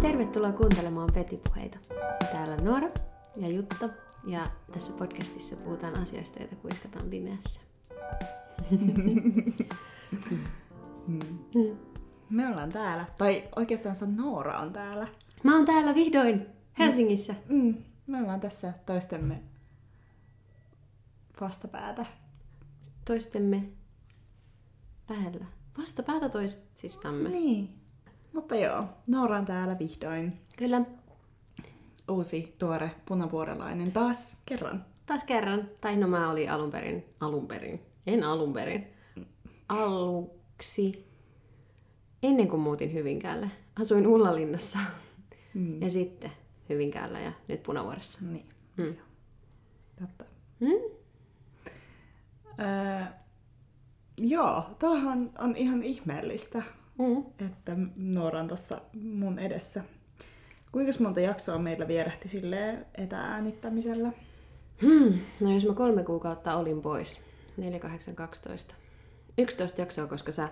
Tervetuloa kuuntelemaan Petipuheita. Täällä Noora ja Jutta ja tässä podcastissa puhutaan asioista, joita kuiskataan pimeässä. Me ollaan täällä. Tai oikeastaan Noora on täällä. Mä oon täällä vihdoin Helsingissä. Me ollaan tässä toistemme vastapäätä. Toistemme lähellä. Vastapäätä toisistamme. Niin. Mutta joo, Noora on täällä vihdoin. Kyllä. Uusi, tuore, punavuorelainen taas kerran. Taas kerran. Tai no mä olin aluksi. Ennen kuin muutin Hyvinkäälle. Asuin Ullalinnassa. Ja sitten Hyvinkäällä ja nyt Punavuoressa. Niin. Totta. Joo, tämähän on ihan ihmeellistä, että Noora on tuossa mun edessä. Kuinka monta jaksoa meillä vierähti silleen etäänittämisellä? No jos mä 3 kuukautta olin pois. 4, 8, 12. 11 jaksoa, koska sä...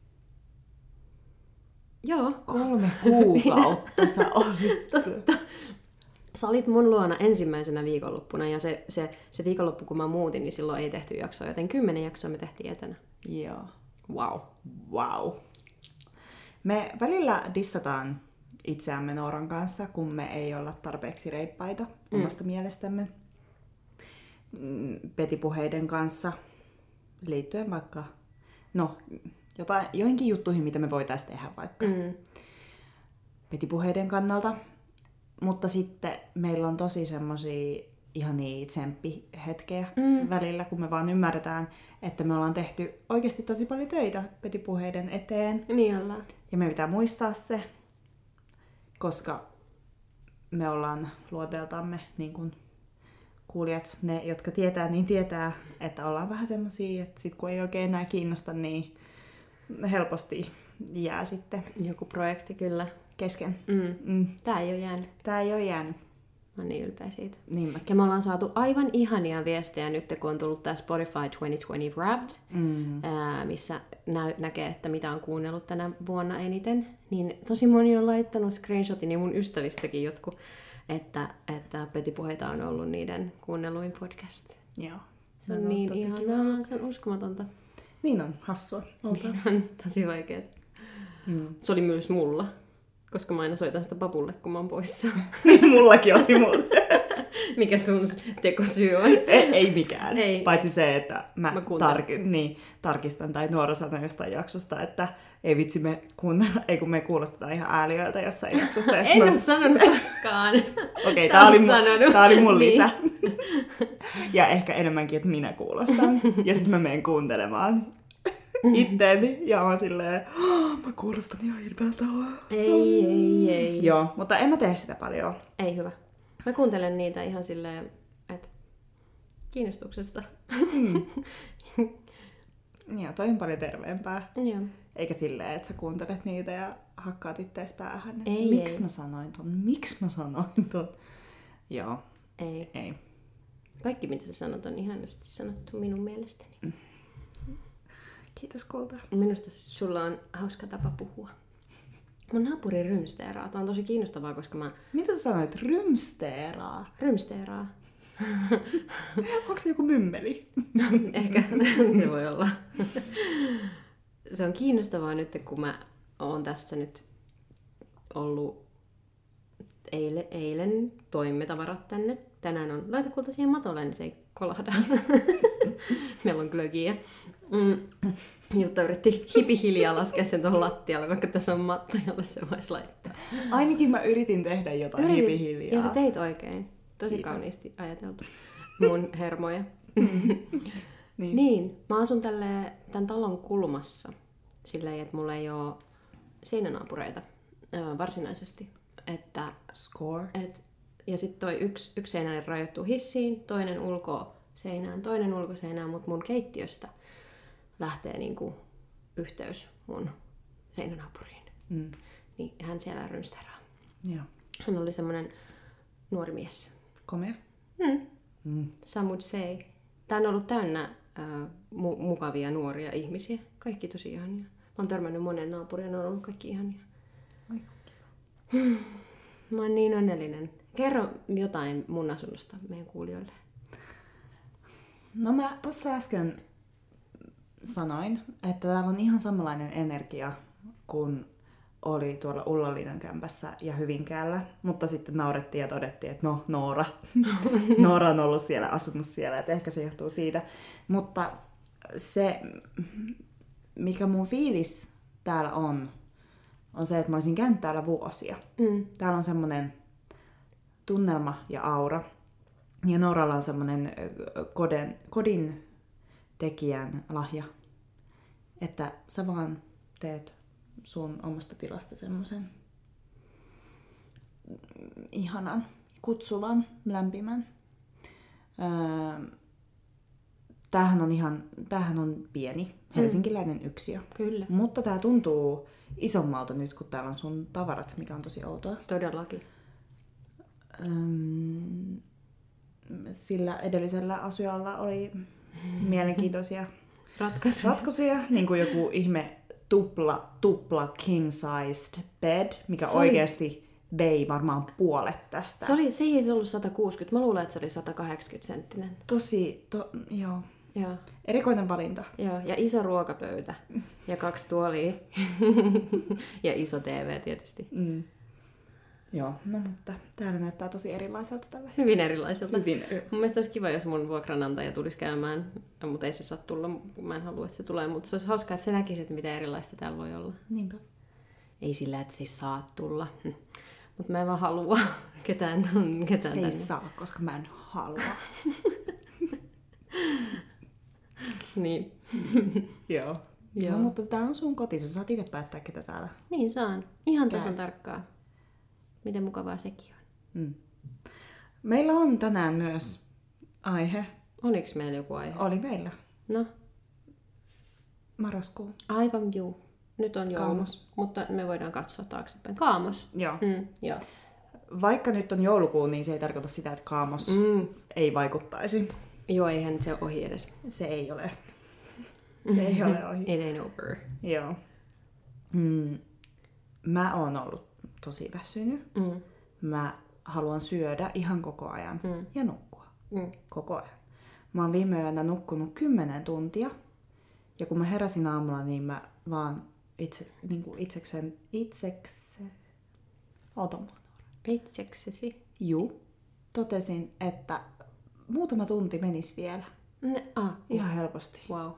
Joo. 3 kuukautta sä olit. Totta. Sä olit mun luona ensimmäisenä viikonloppuna ja se viikonloppu, kun mä muutin, niin silloin ei tehty jaksoa, joten 10 jaksoa me tehtiin etänä. Joo. Wow. Me välillä dissataan itseämme Nooran kanssa, kun me ei olla tarpeeksi reippaita omasta mielestämme petipuheiden kanssa liittyen vaikka, joihinkin juttuihin, mitä me voitaisiin tehdä vaikka petipuheiden kannalta. Mutta sitten meillä on tosi semmosia ihania tsemppihetkejä välillä, kun me vaan ymmärretään, että me ollaan tehty oikeasti tosi paljon töitä petipuheiden eteen. Niin ollaan. Ja me pitää muistaa se, koska me ollaan luonteeltamme, niin kuin kuulijat, ne jotka tietää, niin tietää, että ollaan vähän semmosia, että sit kun ei oikein enää kiinnosta, niin helposti jää sitten Joku projekti kyllä. kesken. Tää ei ole jäänyt. Mä oon niin ylpeä siitä. Niin ja me ollaan saatu aivan ihania viestejä nyt, kun on tullut tää Spotify 2020 Wrapped, missä näkee, että mitä on kuunnellut tänä vuonna eniten. Niin tosi moni on laittanut screenshotin, ja mun ystävistäkin jotkut, että Petipuheita on ollut niiden kuunnelluin podcast. Joo. Se on niin ihanaa, se on uskomatonta. Niin on, hassua. Niin on, tosi vaikeaa. Se oli myös mulla. Koska mä aina soitan sitä papulle, kun mä oon poissa. Niin, mullakin oli muuta. Mikä sun tekosyy on? Ei mikään. Ei. Paitsi se, että mä kuuntelen. tarkistan, tai Noora sanoi jostain jaksosta, että ei vitsi kun me kuulostetaan ihan ääliöiltä jossain jaksosta. En ole sanonut koskaan. Okei, tää oli mun lisä. Ja ehkä enemmänkin, että minä kuulostan. Ja sitten mä menen kuuntelemaan itteeni ja on silleen, mä kuulostan ihan hirveältä. Ei. Joo, mutta en mä tee sitä paljon. Ei hyvä. Mä kuuntelen niitä ihan silleen, että kiinnostuksesta. Joo, toi on paljon terveempää. Joo. Eikä silleen, että sä kuuntelet niitä ja hakkaat ittees päähän. Ei. Mä sanoin ton? Joo. Ei. Kaikki, mitä sä sanot, on ihanasti sanottu minun mielestäni. Kiitos kulta. Minusta sulla on hauska tapa puhua. Mun naapuri rymsteeraa. Tää on tosi kiinnostavaa, koska mä... Mitä sä sanoit? Rymsteeraa? Rymsteeraa. Onko se joku mymmeli? Ehkä se voi olla. Se on kiinnostavaa nyt, kun mä oon tässä nyt ollut eilen toimme tavarat tänne. Tänään on laita kulta siihen matolle, niin se ei kolahda. Meillä on glögiä. Jutta yritti hipihiljaa laskea sen tuohon lattialle, vaikka tässä on matto, jolle se voisi laittaa. Ainakin mä yritin tehdä jotain hipihiljaa. Ja sä teit oikein. Tosi Kiitos. Kauniisti ajateltu. Mun hermoja. Niin. Mä asun tämän talon kulmassa. Silleen, että mulla ei oo seinänaapureita varsinaisesti. Score. Ja sitten toi yksi seinä rajoittuu hissiin, toinen ulkoseinään, mutta mun keittiöstä lähtee niinku yhteys mun seinänaapuriin. Niin hän siellä rymsteraa. Joo. Hän oli semmoinen nuori mies. Komea? Some would say. Tää on ollut täynnä mukavia nuoria ihmisiä. Kaikki tosi ihania. Mä oon törmännyt monen naapurin, ne on ollut kaikki ihania. Mä oon niin onnellinen. Kerro jotain mun asunnosta meidän kuulijoille. No mä tuossa äsken sanoin, että täällä on ihan samanlainen energia kuin oli tuolla Ullaliinan kämpässä ja Hyvinkäällä, mutta sitten naurettiin ja todettiin, että no Noora. Noora on ollut siellä, asunut siellä, että ehkä se johtuu siitä. Mutta se, mikä mun fiilis täällä on se, että mä olisin käynyt täällä vuosia. Täällä on semmoinen tunnelma ja aura. Ja Nooralla on semmoinen kodin tekijän lahja, että sä vaan teet sun omasta tilasta semmoisen ihanan, kutsuvan, lämpimän. Tämähän on pieni helsinkiläinen yksiö. Kyllä. Mutta tää tuntuu isommalta nyt, kun täällä on sun tavarat, mikä on tosi outoa. Todellakin. Sillä edellisellä asujalla oli mielenkiintoisia ratkaisuja. niin kuin joku ihme tupla king-sized bed, mikä oikeasti vei varmaan puolet tästä. Se ei ollut 160, mä luulen, että se oli 180 senttinen. Joo. Joo. Erikoinen valinta. Joo, ja iso ruokapöytä ja 2 tuolia ja iso TV tietysti. Joo, no mutta täällä näyttää tosi erilaiselta tällä. Hyvin erilaiselta. Mun mielestä olisi kiva, jos mun vuokranantaja tulisi käymään, mutta ei se saa tulla, mä en halua, että se tulee, mutta se olisi hauskaa, että se näkisi, että mitä erilaista täällä voi olla. Niinpä. Ei sillä, että se ei saa tulla, mutta mä en vaan halua ketään Se tänne. ei saa, koska mä en halua. Niin. Joo. No mutta tää on sun koti, sä saat itse päättää, ketä täällä. Niin saan. Ihan tasan tarkkaa. Miten mukavaa sekin on. Meillä on tänään myös aihe. Oliko meillä joku aihe? Oli meillä. No? Marraskuu. Aivan juu. Nyt on joulu. Kaamos. Mutta me voidaan katsoa taaksepäin. Kaamos. Joo. Joo. Vaikka nyt on joulukuu, niin se ei tarkoita sitä, että kaamos ei vaikuttaisi. Joo, eihän se ohi edes. Se ei ole. Se ei ole ohi. It ain't over. Joo. Mä oon ollut tosi väsynyt. Mä haluan syödä ihan koko ajan ja nukkua. Koko ajan. Mä oon viime yönä nukkunut 10 tuntia. Ja kun mä heräsin aamulla, niin mä vaan Itseksesi? Juu. Totesin, että muutama tunti menisi vielä. Ihan helposti. Wow.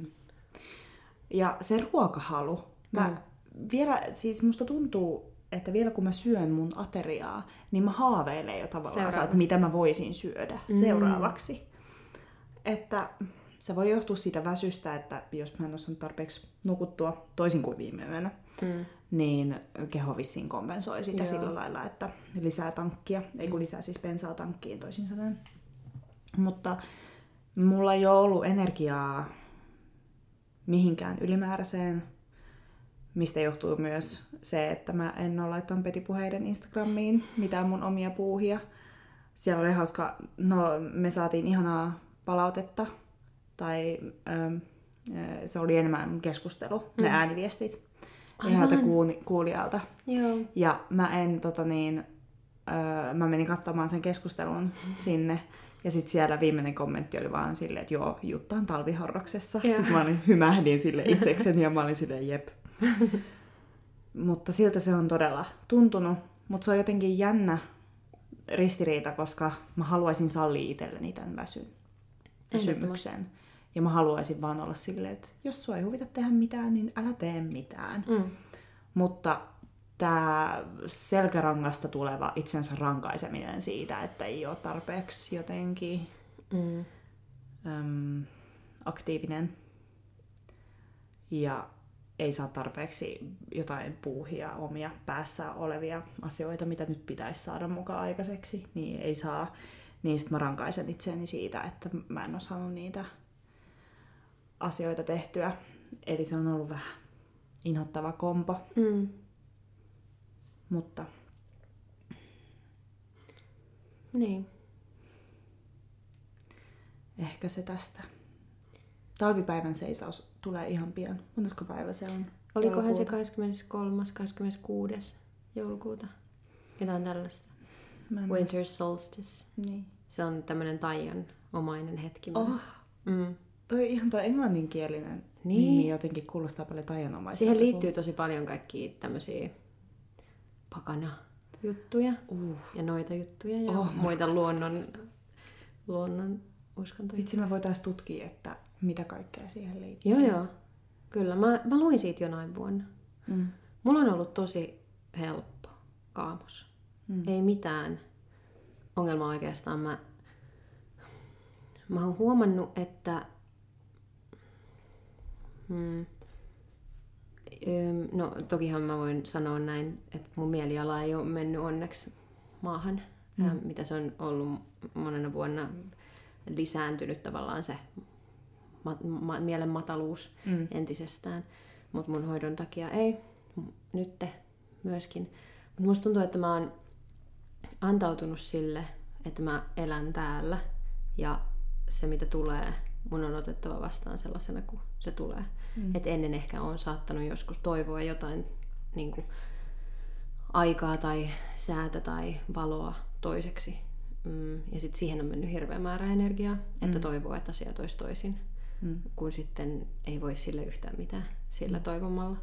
Ja se ruokahalu. Vielä, siis musta tuntuu, että vielä kun mä syön mun ateriaa, niin mä haaveilen jo tavallaan, että mitä mä voisin syödä seuraavaksi. Että se voi johtua siitä väsystä, että jos mä en ole saanut tarpeeksi nukuttua, toisin kuin viime yönä, niin keho vissiin kompensoi sitä sillä lailla, että lisää tankkia, ei kun lisää siis bensaa tankkiin toisin sanoen. Mutta mulla ei ole ollut energiaa mihinkään ylimääräiseen, mistä johtuu myös se, että mä en ole laittanut petipuheiden Instagramiin mitään mun omia puuhia. Siellä oli hauska, me saatiin ihanaa palautetta, tai se oli enemmän keskustelu, ne ääniviestit yhdeltä kuulijalta. Joo. Ja mä menin katsomaan sen keskustelun sinne, ja sitten siellä viimeinen kommentti oli vaan silleen, että joo, Jutta on talvihorroksessa. Sitten mä hymähdin sille itsekseni ja mä olin silleen, jep. Mutta siltä se on todella tuntunut. Mutta se on jotenkin jännä ristiriita, koska mä haluaisin sallia itselleni tämän väsymyksen. Ja mä haluaisin vaan olla silleen, että jos sua ei huvita tehdä mitään, niin älä tee mitään. Mutta tää selkärangasta tuleva itsensä rankaiseminen siitä, että ei ole tarpeeksi jotenkin aktiivinen ja ei saa tarpeeksi jotain puuhia omia päässä olevia asioita, mitä nyt pitäisi saada mukaan aikaiseksi, niin ei saa. Niin sit mä rankaisen itseäni siitä, että mä en ole saanut niitä asioita tehtyä. Eli se on ollut vähän inhottava kompo. Mutta niin. Ehkä se tästä. Talvipäivän seisaus tulee ihan pian. Monesko päivä se on? Olikohan se 23., 26. joulukuuta. Jotain tällaista. Winter solstice. Niin. Se on tämmöinen Taian omainen hetki myös. Toi englanninkielinen nimi jotenkin kuulostaa paljon taianomaiselta. Siihen liittyy tosi paljon kaikkia tämmöisiä pakana-juttuja ja noita juttuja ja muita luonnon uskontoja. Vitsi, me voitaisiin tutkia, että mitä kaikkea siihen liittyy. Joo. Kyllä. Mä luin siitä jonain vuonna. Mulla on ollut tosi helppo kaamos. Ei mitään ongelmaa oikeastaan. Mä oon huomannut, että no tokihan mä voin sanoa näin, että mun mieliala ei ole mennyt onneksi maahan, mitä se on ollut monena vuonna lisääntynyt tavallaan se mielen mataluus entisestään, mutta mun hoidon takia ei, nyt myöskin. Mutta musta tuntuu, että mä oon antautunut sille, että mä elän täällä ja se mitä tulee, mun on otettava vastaan sellaisena kuin se tulee. Et ennen ehkä on saattanut joskus toivoa jotain niin kuin aikaa tai säätä tai valoa toiseksi. Ja sitten siihen on mennyt hirveä määrä energiaa, että toivoo, että asiat olisi toisin. Kun sitten ei voi sille yhtään mitään sillä toivomalla.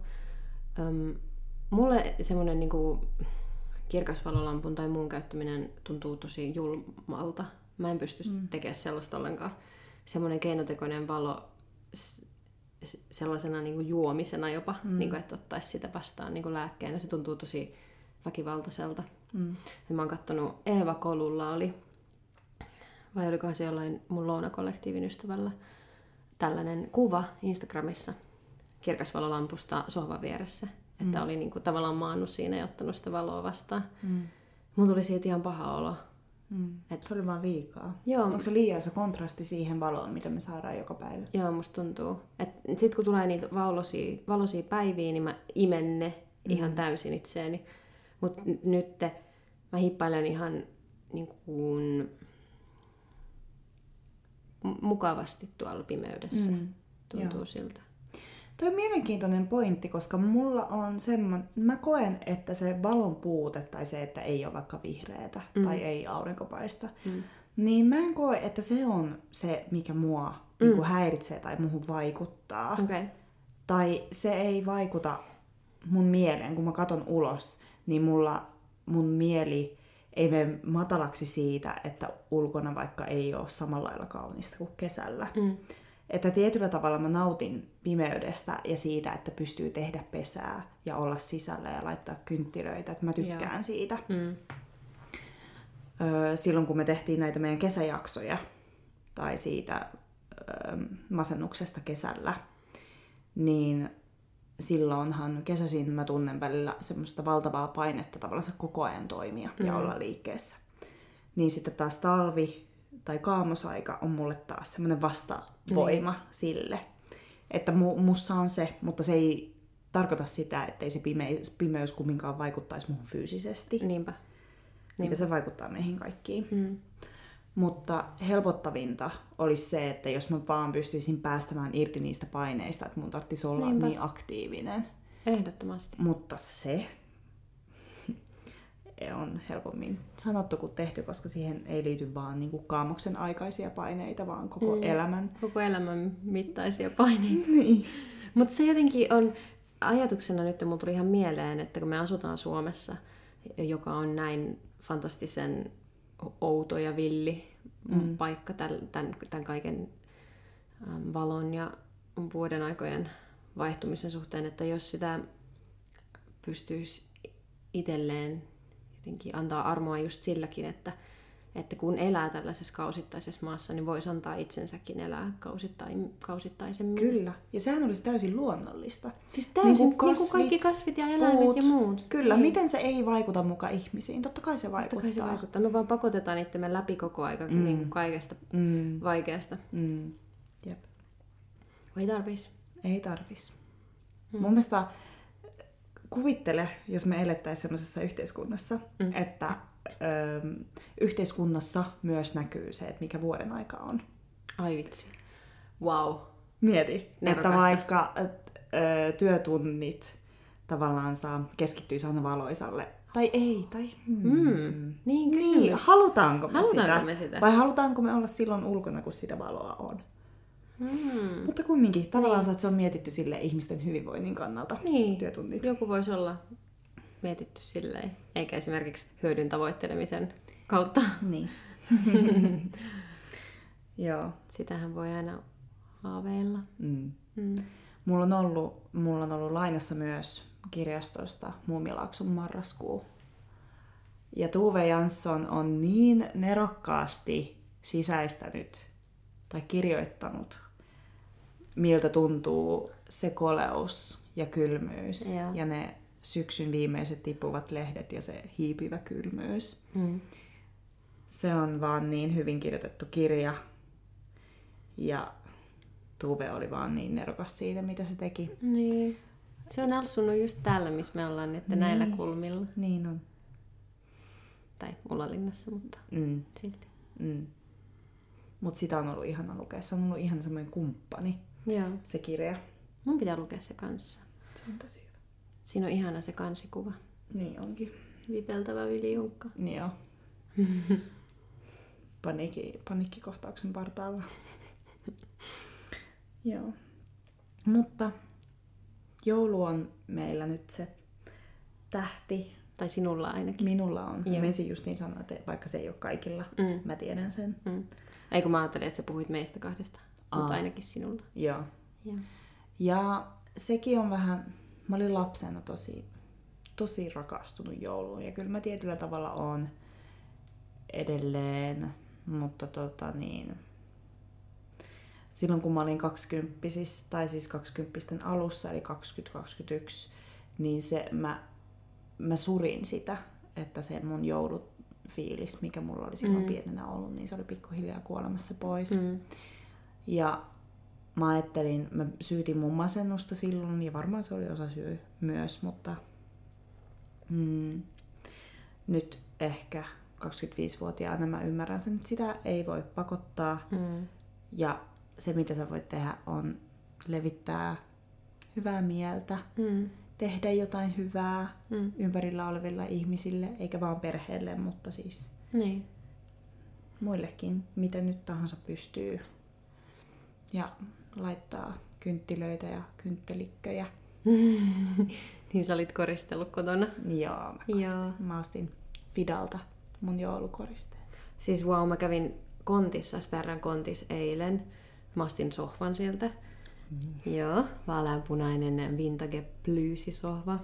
Mulle semmoinen niin kuin kirkasvalolampun tai muun käyttäminen tuntuu tosi julmalta. Mä en pysty tekemään sellaista ollenkaan. Semmoinen keinotekoinen valo sellaisena niin kuin juomisena jopa, niin kuin, että ottaisi sitä vastaan niin kuin lääkkeenä. Se tuntuu tosi väkivaltaiselta. Ja mä oon kattonut Eeva Kolulla vai olikohan se jollain mun Louna-kollektiivin ystävällä, tällainen kuva Instagramissa kirkasvalolampusta sohvan vieressä. Että oli niin kuin tavallaan maannut siinä ja ottanut sitä valoa vastaan. Mun tuli siitä ihan paha olo. Se oli vaan liikaa. Joo. Onko se liian se kontrasti siihen valoon, mitä me saadaan joka päivä? Joo, musta tuntuu. Sitten kun tulee niitä valoisia päiviä, niin mä imen ne ihan täysin itseeni. Mutta nyt mä hippailen ihan niin kuin mukavasti tuolla pimeydessä. Tuntuu siltä. Toi on mielenkiintoinen pointti, koska mulla on semmoinen, mä koen, että se valon puute tai se, että ei ole vaikka vihreätä tai ei aurinkopaista, niin mä en koe, että se on se, mikä mua niin kuin häiritsee tai muuhun vaikuttaa. Okay. Tai se ei vaikuta mun mieleen, kun mä katon ulos, niin mun mieli ei mene matalaksi siitä, että ulkona vaikka ei ole samalla lailla kaunista kuin kesällä. Että tietyllä tavalla mä nautin pimeydestä ja siitä, että pystyy tehdä pesää ja olla sisällä ja laittaa kynttilöitä. Että mä tykkään siitä. Silloin kun me tehtiin näitä meidän kesäjaksoja tai siitä masennuksesta kesällä, niin silloinhan kesäisin mä tunnen välillä semmoista valtavaa painetta tavallaan koko ajan toimia ja olla liikkeessä. Niin sitten taas talvi tai kaamosaika on mulle taas semmoinen vastavoima sille. Että mussa on se, mutta se ei tarkoita sitä, ettei se pimeys kumminkaan vaikuttaisi muhun fyysisesti. Niinpä. Niinpä se vaikuttaa meihin kaikkiin. Mutta helpottavinta olisi se, että jos mä vaan pystyisin päästämään irti niistä paineista, että mun tarvitsisi olla niin aktiivinen. Ehdottomasti. Mutta se on helpommin sanottu kuin tehty, koska siihen ei liity vaan niin kuin kaamoksen aikaisia paineita, vaan koko elämän. Koko elämän mittaisia paineita. Niin. Mutta se jotenkin on ajatuksena nyt, mulla tuli ihan mieleen, että kun me asutaan Suomessa, joka on näin fantastisen outo ja villi paikka tämän kaiken valon ja vuoden aikojen vaihtumisen suhteen, että jos sitä pystyisi itselleen jotenkin antaa armoa just silläkin, että kun elää tällaisessa kausittaisessa maassa, niin voisi antaa itsensäkin elää kausittaisemmin. Kyllä, ja sehän olisi täysin luonnollista. Siis täysin, niin kuin kaikki kasvit ja eläimet puut, ja muut. Kyllä, miten se ei vaikuta mukaan ihmisiin? Totta kai se vaikuttaa. Totta kai se vaikuttaa. Me vaan pakotetaan itsemme läpi koko aika niin kuin kaikesta vaikeasta. Jep. Ei tarvis. Ei tarvis. Mun mielestä kuvittele, jos me elettäisiin sellaisessa yhteiskunnassa, että yhteiskunnassa myös näkyy se, että mikä vuoden aika on. Ai vitsi. Wow. Mieti, nerokasta. Että vaikka työtunnit tavallaan keskittyy aina valoisalle. Tai ei, tai... Niin, kysymys. Niin, halutaanko me sitä? Vai halutaanko me olla silloin ulkona, kun sitä valoa on? Mutta kumminkin, tavallaan että se on mietitty sille ihmisten hyvinvoinnin kannalta työtunnit. Joku voisi olla mietitty silleen, eikä esimerkiksi hyödyn tavoittelemisen kautta. Niin. Joo. Sitähän voi aina haaveilla. Mulla on ollut lainassa myös kirjastosta Muumilaakson marraskuu. Ja Tove Jansson on niin nerokkaasti sisäistänyt tai kirjoittanut, miltä tuntuu se koleus ja kylmyys ja ne syksyn viimeiset tippuvat lehdet ja se hiipivä kylmyys. Se on vaan niin hyvin kirjoitettu kirja ja Tuve oli vaan niin nerokas siinä, mitä se teki. Niin. Se on asunut just täällä, missä me ollaan, että näillä kulmilla. Niin on. Tai Ulalinnassa, mutta silti. Mutta sitä on ollut ihana lukea. Se on ollut ihan semmoinen kumppani, se kirja. Mun pitää lukea se kanssa. Se on tosi hyvä. Siinä on ihana se kansikuva. Niin onkin. Vipeltävä viljunkka. Joo. Paniikkikohtauksen partaalla. Joo. Mutta joulu on meillä nyt se tähti. Tai sinulla ainakin. Minulla on. Mesi just niin sanoi, että vaikka se ei ole kaikilla. Mä tiedän sen. Eikö mä ajattelin, että sä puhuit meistä kahdesta, mutta ainakin sinulla. Joo. Ja sekin on vähän, mä olin lapsena tosi rakastunut jouluun. Ja kyllä mä tietyllä tavalla oon edelleen, mutta silloin kun mä olin 20 tai siis 20 alussa, eli 2021, niin mä surin sitä, että se mun joulufiilis, mikä mulla oli silloin pienenä ollut, niin se oli pikkuhiljaa kuolemassa pois. Ja mä ajattelin, mä syytin mun masennusta silloin, ja varmaan se oli osa syy myös, mutta nyt ehkä 25-vuotiaana mä ymmärrän sen, että sitä ei voi pakottaa. Ja se, mitä sä voit tehdä, on levittää hyvää mieltä, tehdä jotain hyvää ympärillä oleville ihmisille, eikä vaan perheelle, mutta siis muillekin, mitä nyt tahansa pystyy. Ja laittaa kynttilöitä ja kynttelikköjä. Niin sä olit koristellut kotona? Joo, mä ostin Fidalta mun joulukoristeet. Siis mä kävin kontissa, Sperran kontis eilen. Mä ostin sohvan sieltä. Joo, vaaleanpunainen vintage bluesisohva.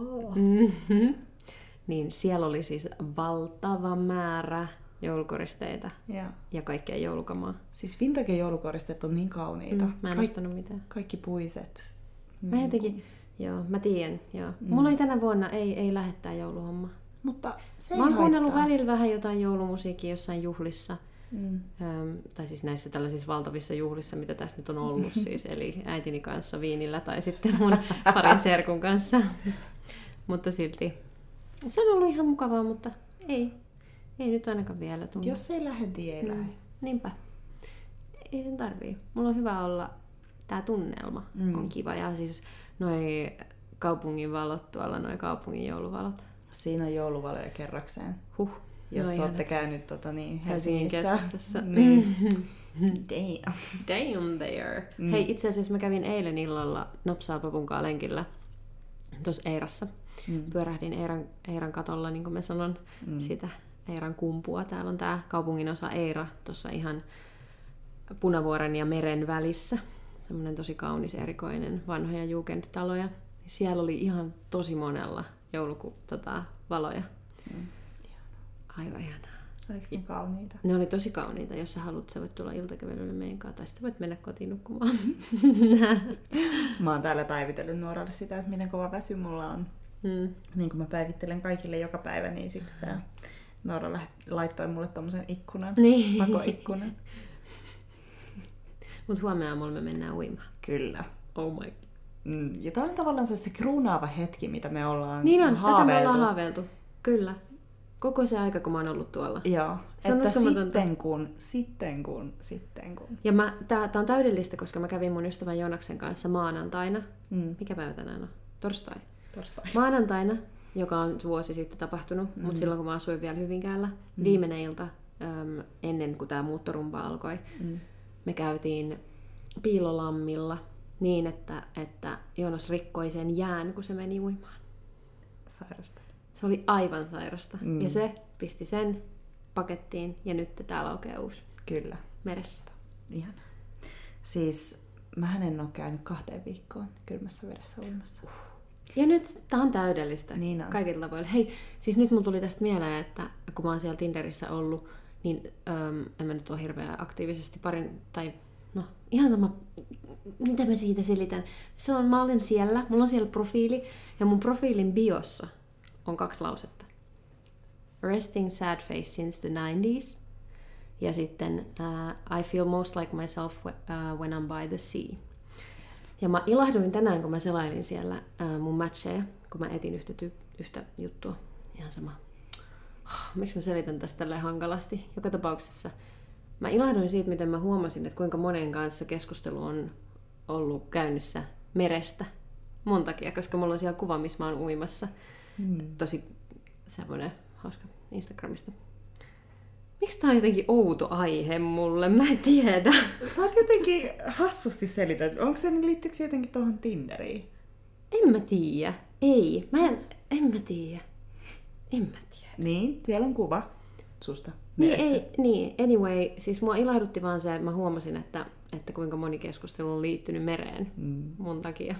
Niin siellä oli siis valtava määrä joulukoristeita ja kaikkea joulukamaa. Siis vintage joulukoristeet on niin kauniita. Mä en ostanut mitään. Kaikki puiset. Mä jotenkin, mä tiedän. Mulla ei tänä vuonna ei lähettää jouluhomma. Mutta se ei mä oon kuunnellut haittaa. välillä vähän jotain joulumusiikkia jossain juhlissa. Tai siis näissä tällaisissa valtavissa juhlissa, mitä tässä nyt on ollut siis. Eli äitini kanssa viinillä tai sitten mun parin serkun kanssa. Mutta silti. Se on ollut ihan mukavaa, mutta ei nyt ainakaan vielä tunnu. Jos ei lähde, niin ei lähde. Niinpä. Ei sen tarvii. Mulla on hyvä olla, tää tunnelma on kiva. Ja siis noi kaupungin valot tuolla, noi kaupungin jouluvalot. Siinä on jouluvaloja kerrakseen. Jos no olette käynyt Helsingin keskustassa. Damn there. Hei, itse asiassa mä kävin eilen illalla Nopsaa papunkaa lenkillä tuossa Eirassa. Pyörähdin Eiran katolla, niin kuin mä sanon, sitä Eiran kumpua. Täällä on tää kaupungin osa Eira, tuossa ihan Punavuoren ja meren välissä. Semmoinen tosi kaunis, erikoinen, vanhoja jugendtaloja. Siellä oli ihan tosi monella valoja. Aivan ihanaa. Oliko ne kauniita? Ne oli tosi kauniita. Jos sä haluat, sä voit tulla iltakävelylle meidän kanssa, tai sitten voit mennä kotiin nukkumaan. Mä oon täällä päivitellyt Nooralle sitä, että miten kova väsy mulla on. Niin kuin mä päivittelen kaikille joka päivä, niin siksi tää Noora laittoi mulle tommosen ikkunan, pakoikkunan. Mut huomenna aamulla me mennään uimaan. Kyllä. Oh my. Ja tää on tavallaan se kruunaava hetki, mitä me ollaan niin on, haaveiltu. tätä me ollaan haaveiltu. Kyllä. Koko se aika, kun mä oon ollut tuolla. Joo, se on että sitten kun. Ja tää on täydellistä, koska mä kävin mun ystävän Joonaksen kanssa maanantaina. Mikä päivä tänään on? Torstai. Torstai. Maanantaina, joka on vuosi sitten tapahtunut, mutta silloin kun mä asuin vielä Hyvinkäällä, viimeinen ilta ennen kuin tämä muuttorumba alkoi, me käytiin piilolammilla niin, että Joonas rikkoi sen jään, kun se meni uimaan. Sairasta. Se oli aivan sairasta. Ja se pisti sen pakettiin ja nyt täällä aukeaa uusi. Kyllä. Meressä. Ihana. Siis mähän en ole käynyt 2 viikkoon kylmässä vedessä uimassa. Ja nyt tää on täydellistä Niin on. kaikilla tavoilla. Hei, siis nyt mulla tuli tästä mieleen, että kun mä oon siellä Tinderissä ollut, niin en mä nyt ole hirveän aktiivisesti ihan sama, mitä mä siitä selitän. Mä olen siellä, mulla on siellä profiili, ja mun profiilin biossa on 2 lausetta. Resting sad face since the 90s. Ja sitten I feel most like myself when I'm by the sea. Ja mä ilahduin tänään, kun mä selailin siellä mun matcheja, kun mä etin yhtä juttua. Ihan sama. Miksi mä selitän tästä tälleen hankalasti? Joka tapauksessa mä ilahduin siitä, miten mä huomasin, että kuinka monen kanssa keskustelu on ollut käynnissä merestä mun takia, koska mulla on siellä kuva, missä mä oon uimassa. Tosi semmoinen hauska Instagramista. Miksi tää on jotenkin outo aihe mulle? Mä en tiedä. Sä oot jotenkin hassusti selität. Liittyykö se jotenkin tuohon Tinderiin? En mä tiedä. Ei. En mä tiedä. Niin, siellä on kuva susta. Niin, anyway, siis mua ilahdutti vaan se, että mä huomasin, että kuinka moni keskustelu on liittynyt mereen mun takia.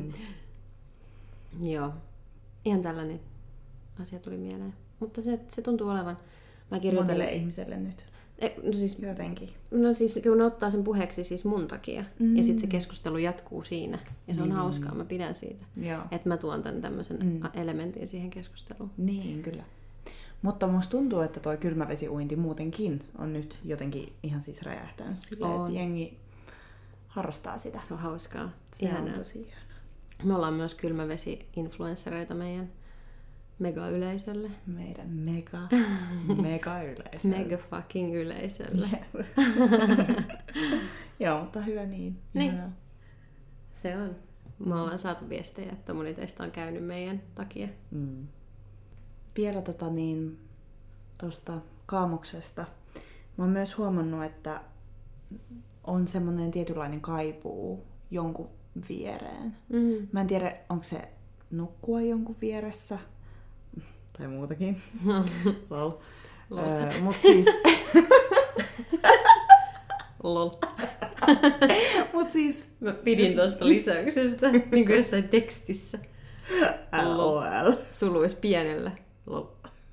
Joo, ihan tällainen asia tuli mieleen. Mutta se tuntuu olevan. Monelle ihmiselle nyt. No siis, jotenkin. No siis kun ne ottaa sen puheeksi siis mun takia. Ja sitten se keskustelu jatkuu siinä. Ja se on hauskaa, mä pidän siitä. Että mä tuon tämän tämmöisen elementin siihen keskusteluun. Niin, kyllä. Mutta musta tuntuu, että toi kylmävesiuinti muutenkin on nyt jotenkin ihan siis räjähtänyt silleen, että jengi harrastaa sitä. Se on hauskaa. Se on tosi ihanaa. Me ollaan myös kylmävesi-influenssereita meidän mega-yleisölle. Meidän mega-yleisölle. Mega fucking yleisölle. Joo, mutta hyvä niin. Ihanaa. Se on. Me ollaan saatu viestejä, että moni teistä on käynyt meidän takia. Vielä tuosta kaamoksesta. Mä oon myös huomannut, että on semmoinen tietynlainen kaipuu jonkun viereen. Mä en tiedä, onko se nukkua jonkun vieressä tai muutakin. Lol. Mut siis... Lol. Mut siis... Mä pidin tosta lisäyksestä, niin kuin jossain tekstissä. LOL. Suluis pienellä. Lol.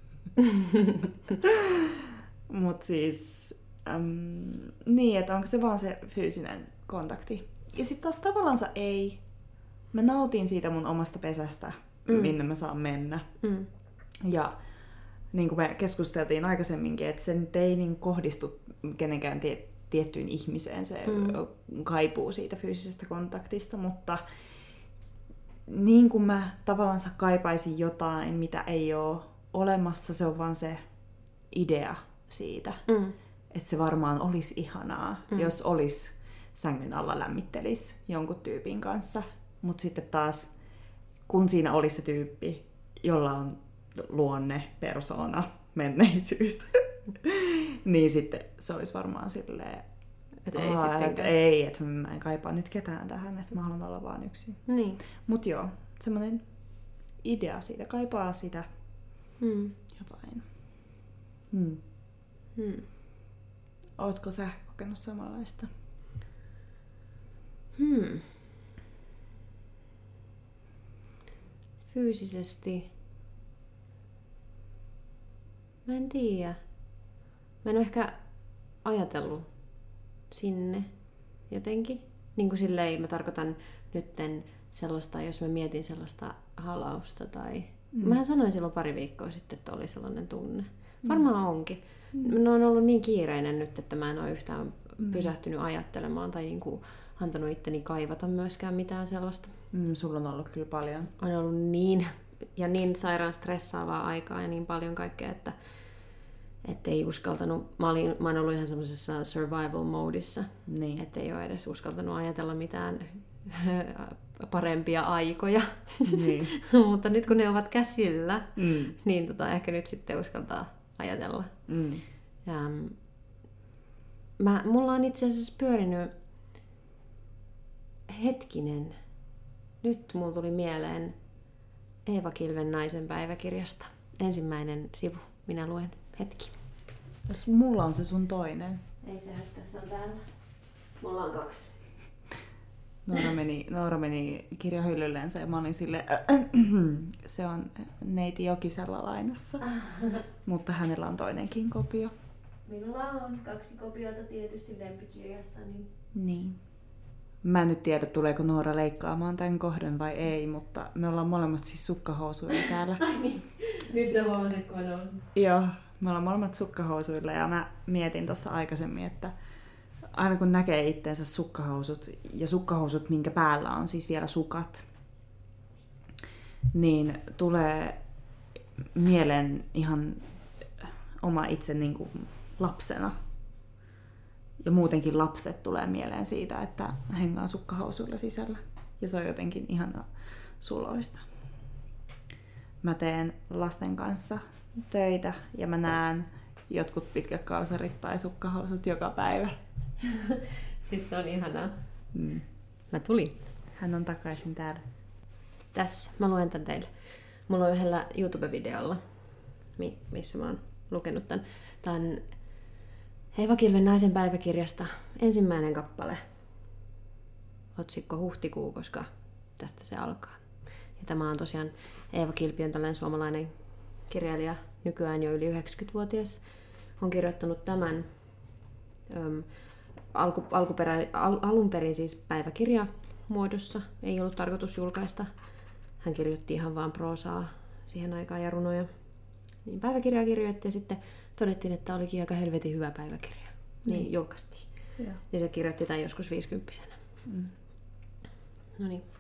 Mut siis... niin, että onko se vaan se fyysinen kontakti. Ja sit taas tavallaan ei. Mä nautin siitä mun omasta pesästä, minne mä saan mennä. Ja niin kuin me keskusteltiin aikaisemminkin, että se nyt ei niin kohdistu kenenkään tiettyyn ihmiseen, se kaipuu siitä fyysisestä kontaktista, mutta niin kuin mä tavallaan kaipaisin jotain, mitä ei ole olemassa, se on vaan se idea siitä. Että se varmaan olisi ihanaa, jos olisi sängyn alla lämmittelis jonkun tyypin kanssa. Mutta sitten taas, kun siinä olisi se tyyppi, jolla on luonne, persoona, menneisyys, niin sitten se olisi varmaan silleen, että ei, että mä en kaipaa nyt ketään tähän, että mä haluan olla vaan yksin. Niin. Mut joo, semmoinen idea siitä, kaipaa sitä jotain. Ootko sä kokenut samanlaista? Fyysisesti? Mä en tiedä. Mä en ole ehkä ajatellut sinne jotenkin. Niin kuin silleen, mä tarkoitan nytten sellaista, jos mä mietin sellaista halausta tai... Mähän sanoin silloin pari viikkoa sitten, että oli sellainen tunne. Varmaan onkin. No on ollut niin kiireinen nyt, että mä en ole yhtään pysähtynyt ajattelemaan tai niinku antanut itteni kaivata myöskään mitään sellaista. Sulla on ollut kyllä paljon. On ollut niin sairaan stressaavaa aikaa ja niin paljon kaikkea, että ei uskaltanut. Mä oon ollut ihan semmoisessa survival modissa, niin. että ei ole edes uskaltanut ajatella mitään parempia aikoja. Niin. Mutta nyt kun ne ovat käsillä, niin ehkä nyt sitten uskaltaa ajatella. Mulla on itse asiassa pyörinyt hetkinen. Nyt mulla tuli mieleen Eeva Kilven naisen päiväkirjasta. Ensimmäinen sivu. Minä luen hetki. Jos mulla on se sun toinen. Ei se tässä on täällä. Mulla on 2. Noora meni kirjahyllyllensä ja mä olin sille, se on neiti Jokisella lainassa, mutta hänellä on toinenkin kopio. Minulla on 2 kopiota tietysti lempikirjasta. Niin. Mä en nyt tiedä, tuleeko Noora leikkaamaan tämän kohdan vai ei, mutta me ollaan molemmat siis sukkahousuilla täällä. Ai niin, nyt sä huomasit, kun mä nousin. Joo, me ollaan molemmat sukkahousuilla ja mä mietin tuossa aikaisemmin, että aina kun näkee itteensä sukkahousut, ja sukkahousut, minkä päällä on siis vielä sukat, niin tulee mieleen ihan oma itse niin kuin lapsena. Ja muutenkin lapset tulee mieleen siitä, että hengaa sukkahousuilla sisällä. Ja se on jotenkin ihana suloista. Mä teen lasten kanssa töitä ja mä näen jotkut pitkät kalsarit tai sukkahousut joka päivä. Siis se on ihanaa. Mä tulin. Hän on takaisin täällä. Tässä. Mä luen tän teille. Mulla on yhdellä YouTube-videolla, missä mä oon lukenut tän. Tää on Eeva Kilven naisen päiväkirjasta ensimmäinen kappale. Otsikko huhtikuu, koska tästä se alkaa. Ja tämä on tosiaan, Eeva Kilpi on tällainen suomalainen kirjailija, nykyään jo yli 90-vuotias. On kirjoittanut tämän alun perin siis päiväkirjamuodossa. Ei ollut tarkoitus julkaista. Hän kirjoitti ihan vaan proosaa siihen aikaan ja runoja. Niin päiväkirjaa kirjoitti ja sitten todettiin, että olikin aika helvetin hyvä päiväkirja. Niin julkaistiin. Ja se kirjoitti tämän joskus 50-vuotiaana. Noniin.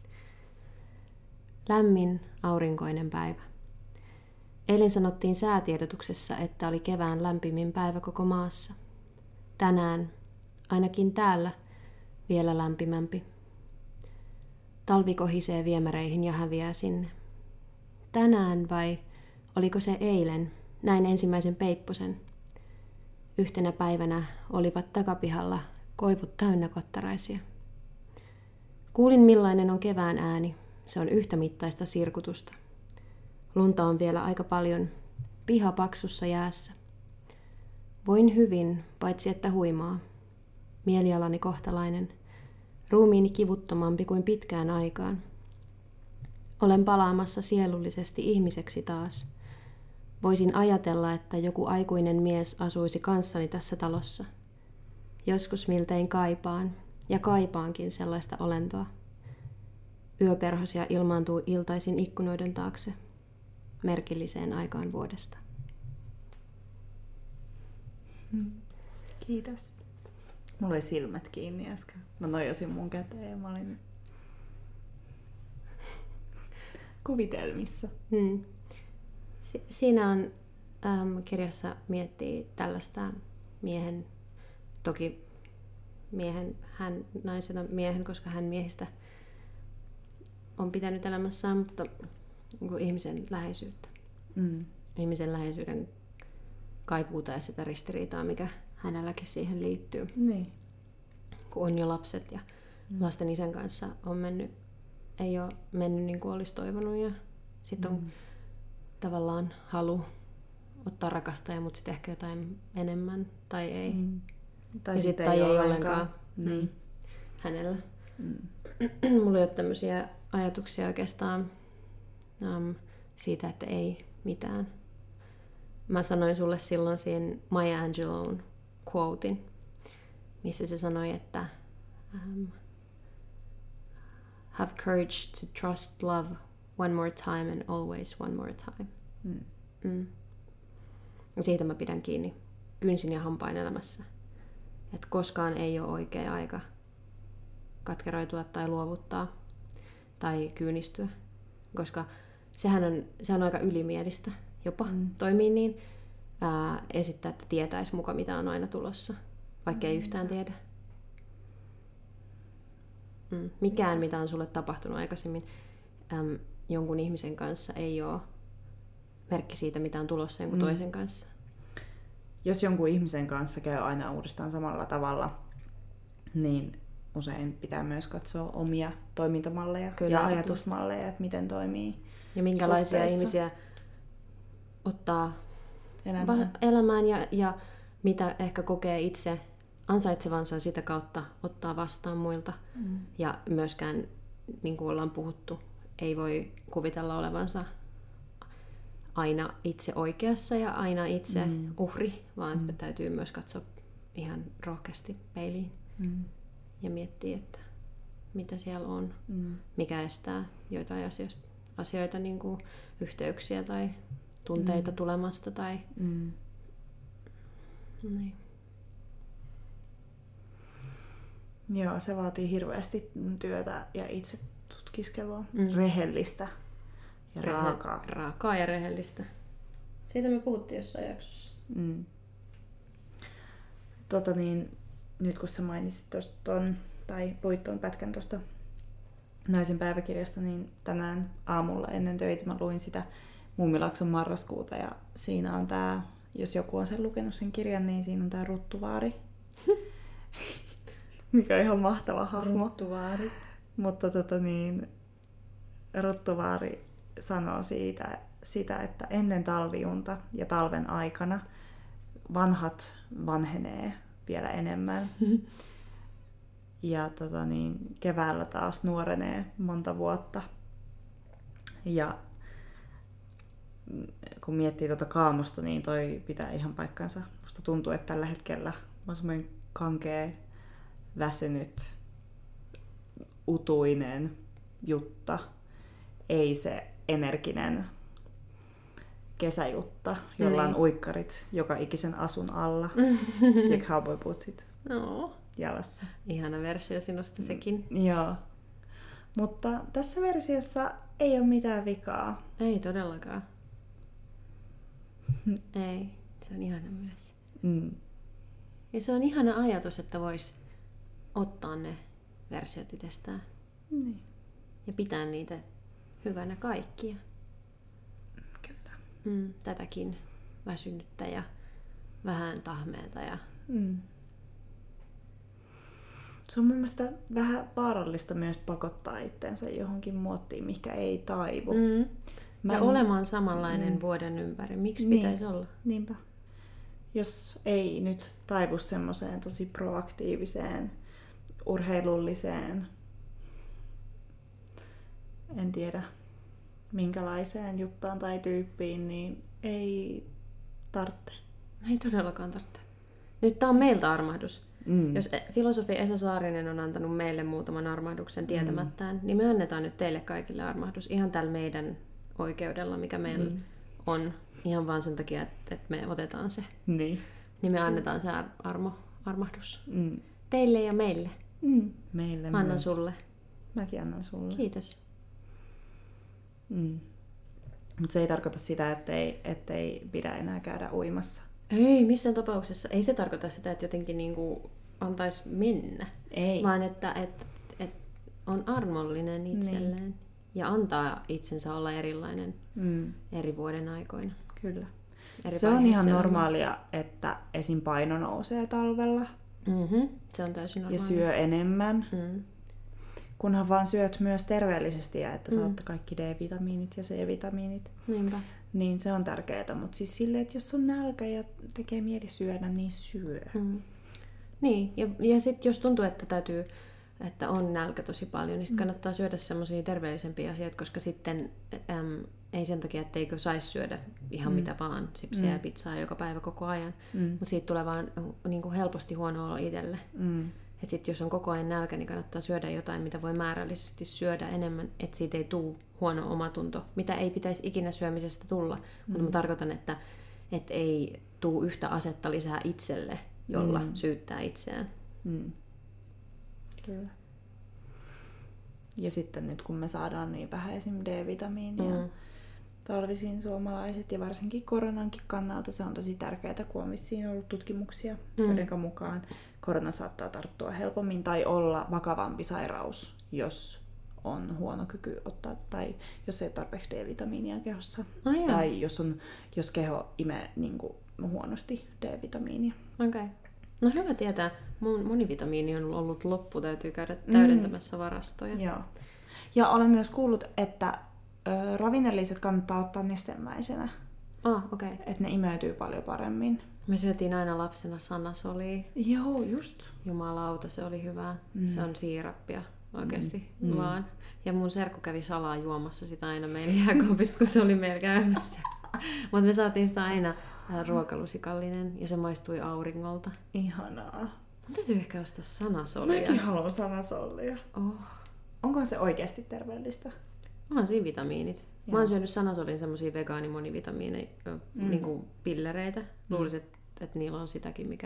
Lämmin, aurinkoinen päivä. Eilen sanottiin säätiedotuksessa, että oli kevään lämpimin päivä koko maassa. Tänään, ainakin täällä, vielä lämpimämpi. Talvi kohisee viemäreihin ja häviää sinne. Tänään vai oliko se eilen? Näin ensimmäisen peipposen. Yhtenä päivänä olivat takapihalla koivut täynnä kottaraisia. Kuulin millainen on kevään ääni. Se on yhtä mittaista sirkutusta. Lunta on vielä aika paljon. Piha paksussa jäässä. Voin hyvin, paitsi että huimaa. Mielialani kohtalainen. Ruumiini kivuttomampi kuin pitkään aikaan. Olen palaamassa sielullisesti ihmiseksi taas. Voisin ajatella, että joku aikuinen mies asuisi kanssani tässä talossa. Joskus miltein kaipaan, ja kaipaankin sellaista olentoa. Yöperhosia ilmaantuu iltaisin ikkunoiden taakse, merkilliseen aikaan vuodesta. Kiitos. Mulla oli silmät kiinni äsken. Mä nojasin mun käteen ja mä olin kuvitelmissa. Siinä on kirjassa miettii tällaista hän naisena miehen, koska hän miehistä on pitänyt elämässään, mutta ihmisen läheisyyttä. Ihmisen läheisyyden kaipuuta ja sitä ristiriitaa, mikä hänelläkin siihen liittyy. Niin. Kun on jo lapset ja lasten isän kanssa ei ole mennyt niin kuin olisi toivonut ja sitten on tavallaan halu ottaa rakastaja, mutta sitten ehkä jotain enemmän tai ei. Tai ei ollenkaan hänellä. Mulla ei ole tämmöisiä ajatuksia oikeastaan siitä, että ei mitään. Mä sanoin sulle silloin siinä Maya Angeloun quotein, missä se sanoi, että have courage to trust love one more time and always one more time. Ja siitä mä pidän kiinni kynsin ja hampain elämässä. Että koskaan ei ole oikea aika katkeroitua tai luovuttaa tai kyynistyä. Koska se on aika ylimielistä jopa toimii niin. Esittää, että tietäisi muka mitä on aina tulossa, vaikka ei yhtään tiedä. Mikään, mitä on sulle tapahtunut aikaisemmin jonkun ihmisen kanssa, ei ole merkki siitä, mitä on tulossa jonkun toisen kanssa. Jos jonkun ihmisen kanssa käy aina uudestaan samalla tavalla, niin usein pitää myös katsoa omia toimintamalleja ja ajatusmalleja, että miten toimii ja minkälaisia suhteissa. Ihmisiä ottaa elämään ja mitä ehkä kokee itse ansaitsevansa sitä kautta ottaa vastaan muilta. Ja myöskään, niin kuin ollaan puhuttu, ei voi kuvitella olevansa aina itse oikeassa ja aina itse uhri, vaan täytyy myös katsoa ihan rohkeasti peiliin ja miettiä, että mitä siellä on, mikä estää joitain asioita niin kuin yhteyksiä tai tunteita tulemasta. Tai... Niin. Joo, se vaatii hirveästi työtä ja itse tutkiskelua. Rehellistä ja raakaa. Raakaa ja rehellistä. Siitä me puhuttiin jossain jaksossa. Nyt kun sä mainitsit tai luit tuon pätkän tuosta naisen päiväkirjasta, niin tänään aamulla ennen töitä mä luin sitä Muumilakson marraskuuta ja siinä on tää, jos joku on sen lukenut sen kirjan, niin siinä on tää Ruttuvaari. Mikä on ihan mahtava hahmo. Ruttuvaari. Mutta Ruttuvaari sanoo sitä, että ennen talviunta ja talven aikana vanhat vanhenee vielä enemmän. Ja keväällä taas nuorenee monta vuotta. Ja kun miettii kaamosta, niin toi pitää ihan paikkansa. Musta tuntuu, että tällä hetkellä mä oon semmoinen kankea, väsynyt, utuinen Jutta. Ei se energinen kesäjutta, jolla on uikkarit joka ikisen asun alla ja cowboybootsit jalassa. Ihana versio sinusta sekin. Joo. Mutta tässä versiossa ei ole mitään vikaa. Ei todellakaan. Ei. Se on ihana myös. Ja se on ihana ajatus, että vois ottaa ne versiot itsestään. Niin. Ja pitää niitä hyvänä kaikkia. Kyllä. Tätäkin väsynyttä ja vähän tahmeeta. Ja... Se on mun mielestä vähän vaarallista myös pakottaa itteensä johonkin muottiin, mikä ei taivu. Olemaan samanlainen vuoden ympäri. Miksi pitäisi olla? Niinpä. Jos ei nyt taivu semmoiseen tosi proaktiiviseen, urheilulliseen, en tiedä minkälaiseen juttaan tai tyyppiin, niin ei tarvitse. Ei todellakaan tarvitse. Nyt tää on meiltä armahdus. Jos filosofi Esa Saarinen on antanut meille muutaman armahduksen tietämättään, niin me annetaan nyt teille kaikille armahdus ihan tällä meidän oikeudella, mikä meillä on. Ihan vaan sen takia, että me otetaan se. Niin me annetaan se armahdus. Teille ja meille. Meille annan myös. Sulle. Mäkin annan sulle. Kiitos. Mutta se ei tarkoita sitä, ettei pidä enää käydä uimassa. Ei missään tapauksessa. Ei se tarkoita sitä, että jotenkin niinku antaisi mennä. Ei. Vaan että on armollinen itselleen. Ja antaa itsensä olla erilainen eri vuoden aikoina. Kyllä. Se on ihan normaalia, että esim. Paino nousee talvella. Se on täysin normaalia. Ja syö enemmän. Kunhan vaan syöt myös terveellisesti ja että saat kaikki D-vitamiinit ja C-vitamiinit. Niinpä. Niin se on tärkeää. Mutta siis silleen, että jos on nälkä ja tekee mieli syödä, niin syö. Niin. Ja sitten jos tuntuu, että on nälkä tosi paljon, niin sitten kannattaa syödä semmoisia terveellisempiä asioita, koska sitten ei sen takia, etteikö saisi syödä ihan mitä vaan, sipsiä ja pizzaa joka päivä koko ajan, mutta siitä tulee vaan niin kuin helposti huono olo itselle. Että sitten jos on koko ajan nälkä, niin kannattaa syödä jotain, mitä voi määrällisesti syödä enemmän, että siitä ei tule huono omatunto, mitä ei pitäisi ikinä syömisestä tulla. Mutta mä tarkoitan, että ei tule yhtä asetta lisää itselle, jolla syyttää itseään. Kyllä. Ja sitten nyt kun me saadaan niin vähän esim. D-vitamiinia talvisin suomalaiset, ja varsinkin koronankin kannalta se on tosi tärkeää, kun on vissiin ollut tutkimuksia, joiden mukaan korona saattaa tarttua helpommin tai olla vakavampi sairaus, jos on huono kyky ottaa, tai jos ei ole tarpeeksi D-vitamiinia kehossa, tai jos keho imee niin kuin huonosti D-vitamiinia. Okei. No hyvä tietää. Mun monivitamiini on ollut loppu, täytyy käydä täydentämässä varastoja. Joo. Ja olen myös kuullut, että ravinnelliset kannattaa ottaa nestemäisenä. Okei. Että ne imeytyy paljon paremmin. Me syötiin aina lapsena sanasolia. Joo, just. Jumalauta, se oli hyvää. Se on siirappia oikeasti vaan. Ja mun serkku kävi salaa juomassa sitä aina meidän jääkaapista, kun se oli meillä käymässä. Mutta me saatiin sitä aina ruokalusikallinen ja se maistui auringolta. Ihanaa. Mun täytyy ehkä ostaa sanasolia. Mäkin haluan sanasolia. Onko se oikeasti terveellistä? Onhan siinä vitamiinit. Mä oon syönyt sanasolin semmosia vegaanimonivitamiineja, niinku pillereitä. Luulisin, että niillä on sitäkin, mikä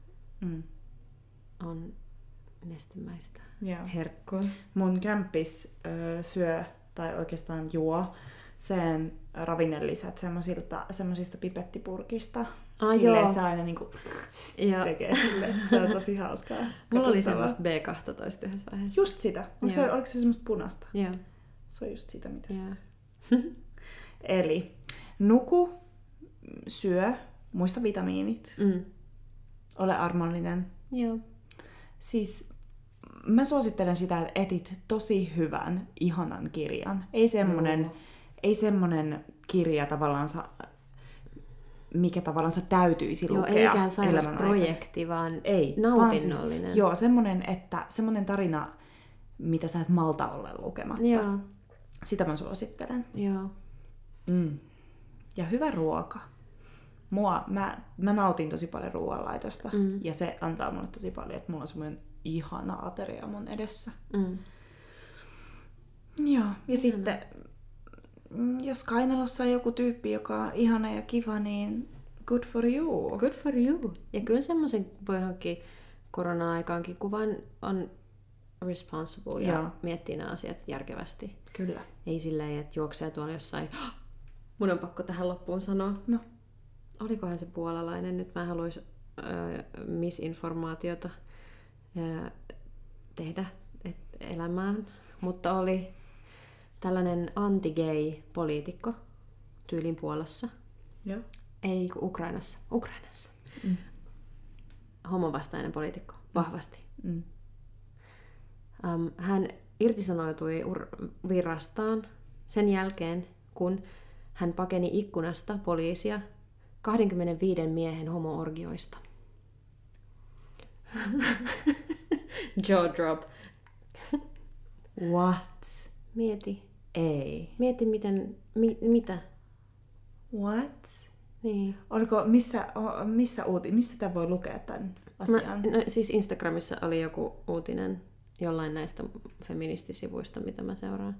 on nestemäistä herkkua. Mun kämppis syö, tai oikeastaan juo, sen ravinnellisät semmosista pipettipurkista. Silleen, että se aina niinku tekee silleen. Se on tosi hauskaa. Mulla oli semmoista B12 yhdessä vaiheessa. Just sitä. Oliko se semmoista punasta? Joo. Se on just sitä, mitä Eli nuku, syö, muista vitamiinit. Ole armollinen. Joo. Siis mä suosittelen sitä, että etit tosi hyvän, ihanan kirjan. Ei semmonen kirja tavallaan mikä tavallaan täytyisi lukea. Ei mikään sairausprojekti, vaan nautinnollinen. Siis, semmonen tarina, mitä sä et malta olla lukematta. Joo. Sitä mä suosittelen. Joo. Ja hyvä ruoka. Mä nautin tosi paljon ruoanlaitosta. Ja se antaa mulle tosi paljon, että mulla on semmoinen ihana ateria mun edessä. Joo. Ja sitten, jos kainalossa on joku tyyppi, joka on ihana ja kiva, niin good for you. Good for you. Ja kyllä semmoisen voi hankkia koronan aikaankin, kun vaan on responsible ja miettii nämä asiat järkevästi. Kyllä. Ei silleen, että juoksee tuolla jossain, mun on pakko tähän loppuun sanoa. No. Olikohan se puolalainen? Nyt mä en haluaisi misinformaatiota tehdä elämään. Mutta oli tällainen anti-gay-poliitikko tyylin Puolassa. Joo. Ei, Ukrainassa. Homovastainen poliitikko, vahvasti. Hän irtisanoutui virastaan sen jälkeen, kun hän pakeni ikkunasta poliisia 25 miehen homo-orgioista. Jaw drop. What? Mieti. Ei. Mieti mitä? What? Niin. Oliko, missä tämä voi lukea tämän asian? Siis Instagramissa oli joku uutinen jollain näistä feministisivuista, mitä mä seuraan.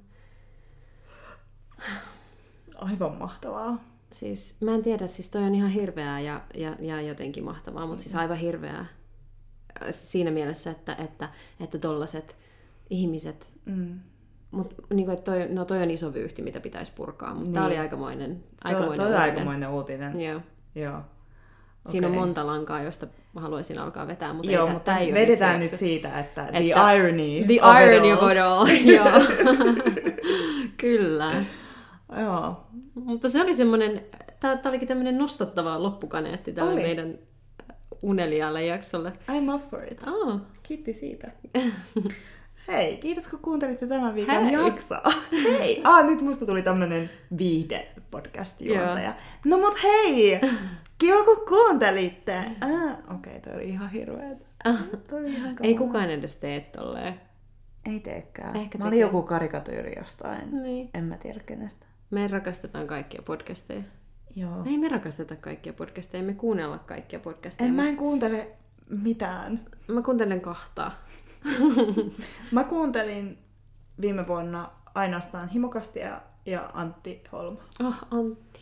Aivan mahtavaa. Siis mä en tiedä, siis toi on ihan hirveää ja jotenkin mahtavaa, mutta siis aivan hirveää siinä mielessä, että tollaset ihmiset, mutta niinku, toi on iso vyyhti, mitä pitäisi purkaa, mutta tää oli aikamoinen uutinen. Joo. Siinä on monta lankaa, josta mä haluaisin alkaa vetää, mutta joo, mutta vedetään nyt siitä, että the irony of it all. Joo. Kyllä. Joo. Mutta se oli semmoinen, tää olikin tämmöinen nostattava loppukaneetti tälle meidän uneliaalle jaksolle. I'm up for it. Kiitti siitä. Hei, kiitos kun kuuntelitte tämän viikon jaksoa. Hei! Nyt musta tuli tämmönen viihde-podcast-juontaja. No mut hei! Kiva kun kuuntelitte! Okei, toi oli ihan hirveetä. Toi oli ihan ei kukaan edes tee tolleen. Ei teekään. Mä olin joku karikatyyri jostain. Niin. En mä tiedä kenestä. Me rakastetaan kaikkia podcasteja. Joo. Ei me rakasteta kaikkia podcasteja, me kuunnella kaikkia podcasteja. Mä en kuuntele mitään. Mä kuuntelen 2. Mä kuuntelin viime vuonna ainoastaan Himokastia ja Antti Holma. Antti.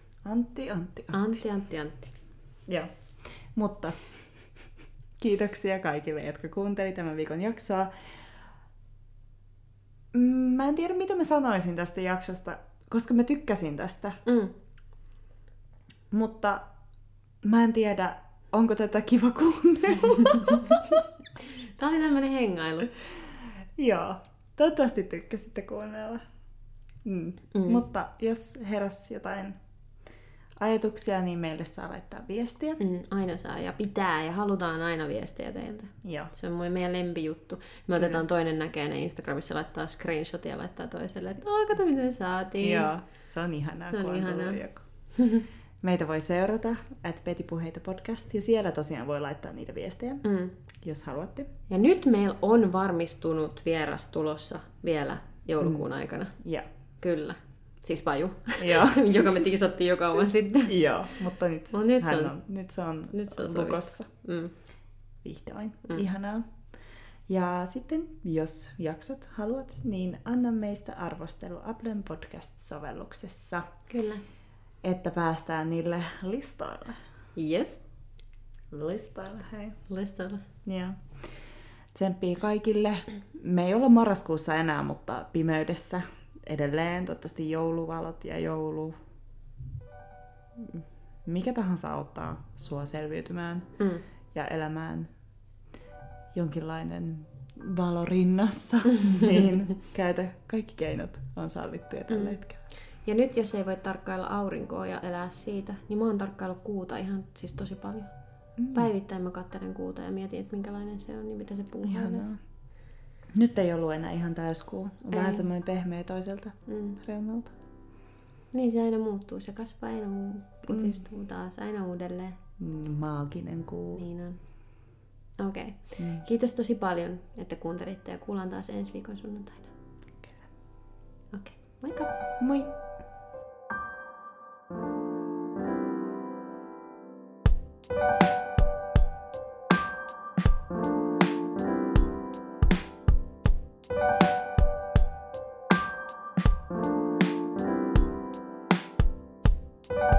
Antti. Joo. Mutta kiitoksia kaikille, jotka kuunteli tämän viikon jaksoa. Mä en tiedä, mitä mä sanoisin tästä jaksosta, koska mä tykkäsin tästä. Mm. Mutta mä en tiedä, onko tätä kiva kuunnella. Tää oli tämmönen hengailu. Joo, toivottavasti tykkäsitte kuunnella. Mutta jos heräsi jotain ajatuksia, niin meille saa laittaa viestiä. Aina saa ja pitää ja halutaan aina viestiä teiltä. Joo. Se on meidän lempijuttu. Me otetaan toinen näkee ne Instagramissa, laittaa screenshotia ja laittaa toiselle, että kato mitä me saatiin. Joo, se on ihanaa, Se on kun on ihanaa. tullut joku. Meitä voi seurata @petipuheita podcast ja siellä tosiaan voi laittaa niitä viestejä, jos haluatte. Ja nyt meillä on varmistunut vieras tulossa vielä joulukuun aikana. Joo. Kyllä. Siis Paju, Joo. joka me tiisattiin jo kauan sitten. Joo, mutta nyt, nyt se on lukossa. Vihdoin. Ihanaa. Ja sitten, jos jaksot haluat, niin anna meistä arvostelu Applen podcast-sovelluksessa. Kyllä. Että päästään niille listoille. Yes. Listoille, hei. Listoille. Joo. Tsemppii kaikille. Me ei olla marraskuussa enää, mutta pimeydessä edelleen. Toivottavasti jouluvalot ja mikä tahansa auttaa sua selviytymään ja elämään jonkinlainen valo rinnassa. Niin käytä kaikki keinot on sallittuja tällä hetkellä. Ja nyt jos ei voi tarkkailla aurinkoa ja elää siitä, niin mä oon tarkkaillut kuuta ihan siis tosi paljon. Päivittäin mä katselen kuuta ja mietin, että minkälainen se on, niin mitä se puuhailee. Nyt ei ollut enää ihan täyskuu. On vähän semmoinen pehmeä toiselta reunalta. Niin se aina muuttuu. Se kasvaa aina putistuu taas aina uudelleen. Maaginen kuu. Niin on. Okei. Kiitos tosi paljon, että kuuntelitte ja kuullaan taas ensi viikon sunnuntaina. Kyllä. Okei. Moikka! Moi! Bye.